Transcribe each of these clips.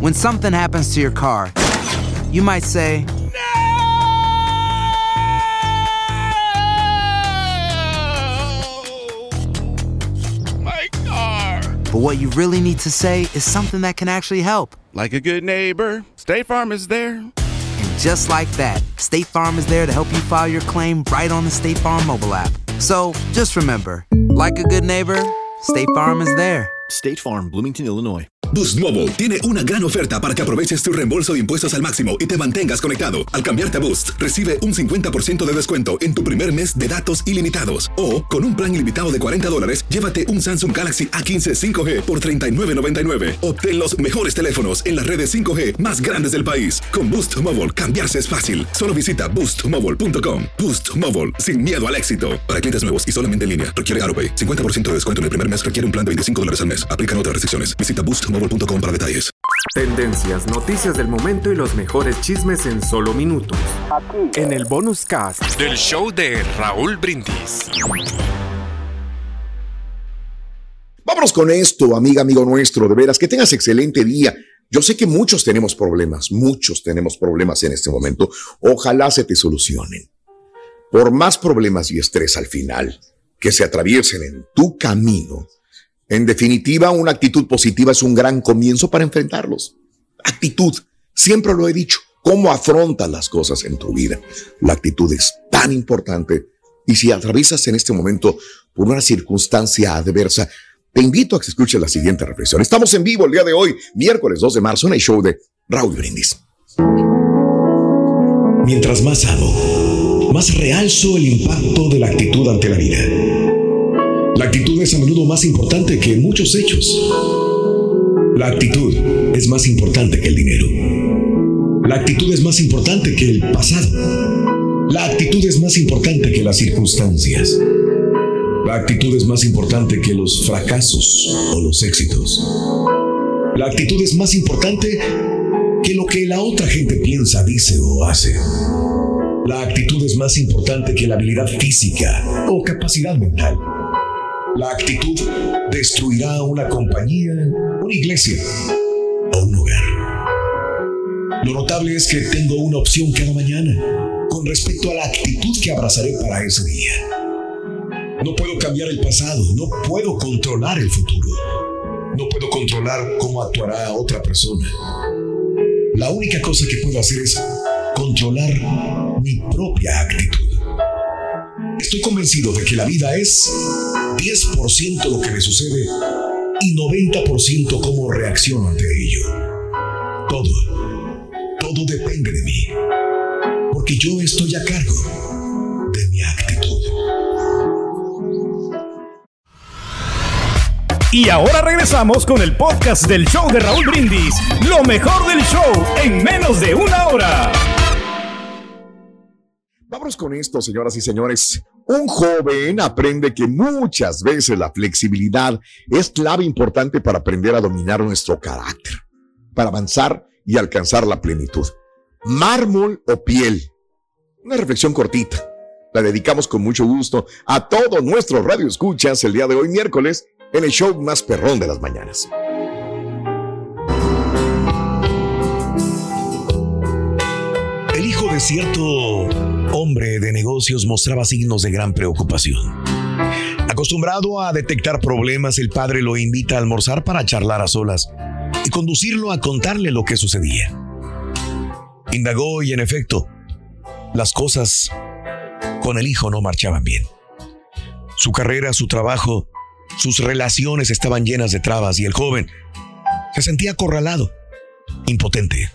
When something happens to your car, you might say, but what you really need to say is something that can actually help. Like a good neighbor, State Farm is there. And just like that, State Farm is there to help you file your claim right on the State Farm mobile app. So just remember, like a good neighbor, State Farm is there. State Farm, Bloomington, Illinois. Boost Mobile tiene una gran oferta para que aproveches tu reembolso de impuestos al máximo y te mantengas conectado. Al cambiarte a Boost, recibe un 50% de descuento en tu primer mes de datos ilimitados. O, con un plan ilimitado de $40, llévate un Samsung Galaxy A15 5G por $39.99. Obtén los mejores teléfonos en las redes 5G más grandes del país. Con Boost Mobile, cambiarse es fácil. Solo visita boostmobile.com. Boost Mobile, sin miedo al éxito. Para clientes nuevos y solamente en línea, requiere AutoPay. 50% de descuento en el primer mes requiere un plan de $25 al mes. Aplican otras restricciones. Visita boostmobile.com para detalles. Tendencias, noticias del momento y los mejores chismes en solo minutos. Aquí, en el Bonus Cast del show de Raúl Brindis. Vámonos con esto, amigo nuestro. De veras, que tengas excelente día. Yo sé que muchos tenemos problemas en este momento. Ojalá se te solucionen. Por más problemas y estrés al final que se atraviesen en tu camino, en definitiva, una actitud positiva es un gran comienzo para enfrentarlos. Actitud, siempre lo he dicho, cómo afrontas las cosas en tu vida. La actitud es tan importante y si atraviesas en este momento por una circunstancia adversa, te invito a que escuches la siguiente reflexión. Estamos en vivo el día de hoy, miércoles 2 de marzo, en el show de Raúl Brindis. Mientras más amo, más realzo el impacto de la actitud ante la vida. La actitud es a menudo más importante que muchos hechos. La actitud es más importante que el dinero. La actitud es más importante que el pasado. La actitud es más importante que las circunstancias. La actitud es más importante que los fracasos o los éxitos. La actitud es más importante que lo que la otra gente piensa, dice o hace. La actitud es más importante que la habilidad física o capacidad mental. La actitud destruirá una compañía, una iglesia o un hogar. Lo notable es que tengo una opción cada mañana con respecto a la actitud que abrazaré para ese día. No puedo cambiar el pasado, no puedo controlar el futuro. No puedo controlar cómo actuará otra persona. La única cosa que puedo hacer es controlar mi propia actitud. Estoy convencido de que la vida es 10% lo que me sucede y 90% cómo reacciono ante ello. Todo depende de mí, porque yo estoy a cargo de mi actitud. Y ahora regresamos con el podcast del show de Raúl Brindis, lo mejor del show en menos de una hora. Vámonos con esto, señoras y señores. Un joven aprende que muchas veces la flexibilidad es clave importante para aprender a dominar nuestro carácter, para avanzar y alcanzar la plenitud. ¿Mármol o piel? Una reflexión cortita. La dedicamos con mucho gusto a todos nuestros radioescuchas el día de hoy, miércoles, en el show más perrón de las mañanas. El hijo de cierto hombre de negocios mostraba signos de gran preocupación. Acostumbrado a detectar problemas, el padre lo invita a almorzar para charlar a solas y conducirlo a contarle lo que sucedía. Indagó y, en efecto, las cosas con el hijo no marchaban bien. Su carrera, su trabajo, sus relaciones estaban llenas de trabas y el joven se sentía acorralado, impotente.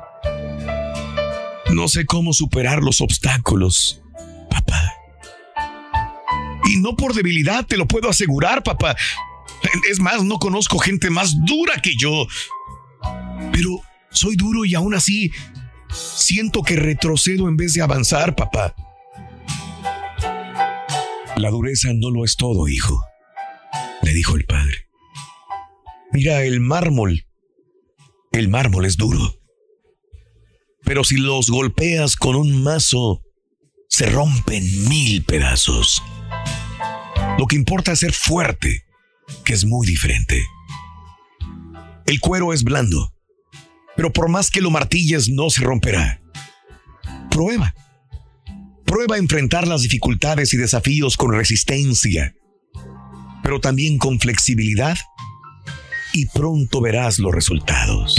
No sé cómo superar los obstáculos, papá. Y no por debilidad, te lo puedo asegurar, papá. Es más, no conozco gente más dura que yo. Pero soy duro y aún así siento que retrocedo en vez de avanzar, papá. La dureza no lo es todo, hijo, le dijo el padre. Mira, el mármol es duro. Pero si los golpeas con un mazo, se rompen 1000 pedazos. Lo que importa es ser fuerte, que es muy diferente. El cuero es blando, Pero por más que lo martilles, no se romperá. Prueba. Prueba a enfrentar las dificultades y desafíos con resistencia, pero también con flexibilidad, y pronto verás los resultados.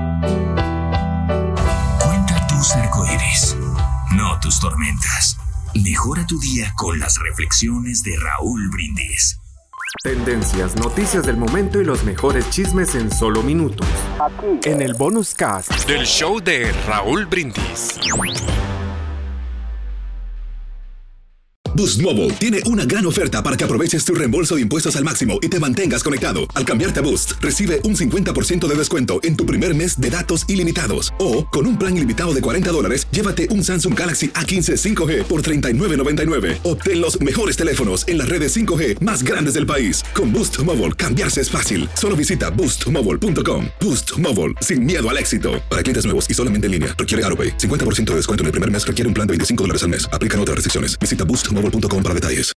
Cuenta tus arcoíris, no tus tormentas. Mejora tu día con las reflexiones de Raúl Brindis. Tendencias, noticias del momento y los mejores chismes en solo minutos. Aquí, en el Bonus Cast del show de Raúl Brindis. Boost Mobile tiene una gran oferta para que aproveches tu reembolso de impuestos al máximo y te mantengas conectado. Al cambiarte a Boost, recibe un 50% de descuento en tu primer mes de datos ilimitados. O, con un plan ilimitado de $40, llévate un Samsung Galaxy A15 5G por $39.99. Obtén los mejores teléfonos en las redes 5G más grandes del país. Con Boost Mobile, cambiarse es fácil. Solo visita boostmobile.com. Boost Mobile, sin miedo al éxito. Para clientes nuevos y solamente en línea, requiere AutoPay. 50% de descuento en el primer mes, requiere un plan de $25 al mes. Aplican otras restricciones. Visita boostmobile.com para detalles.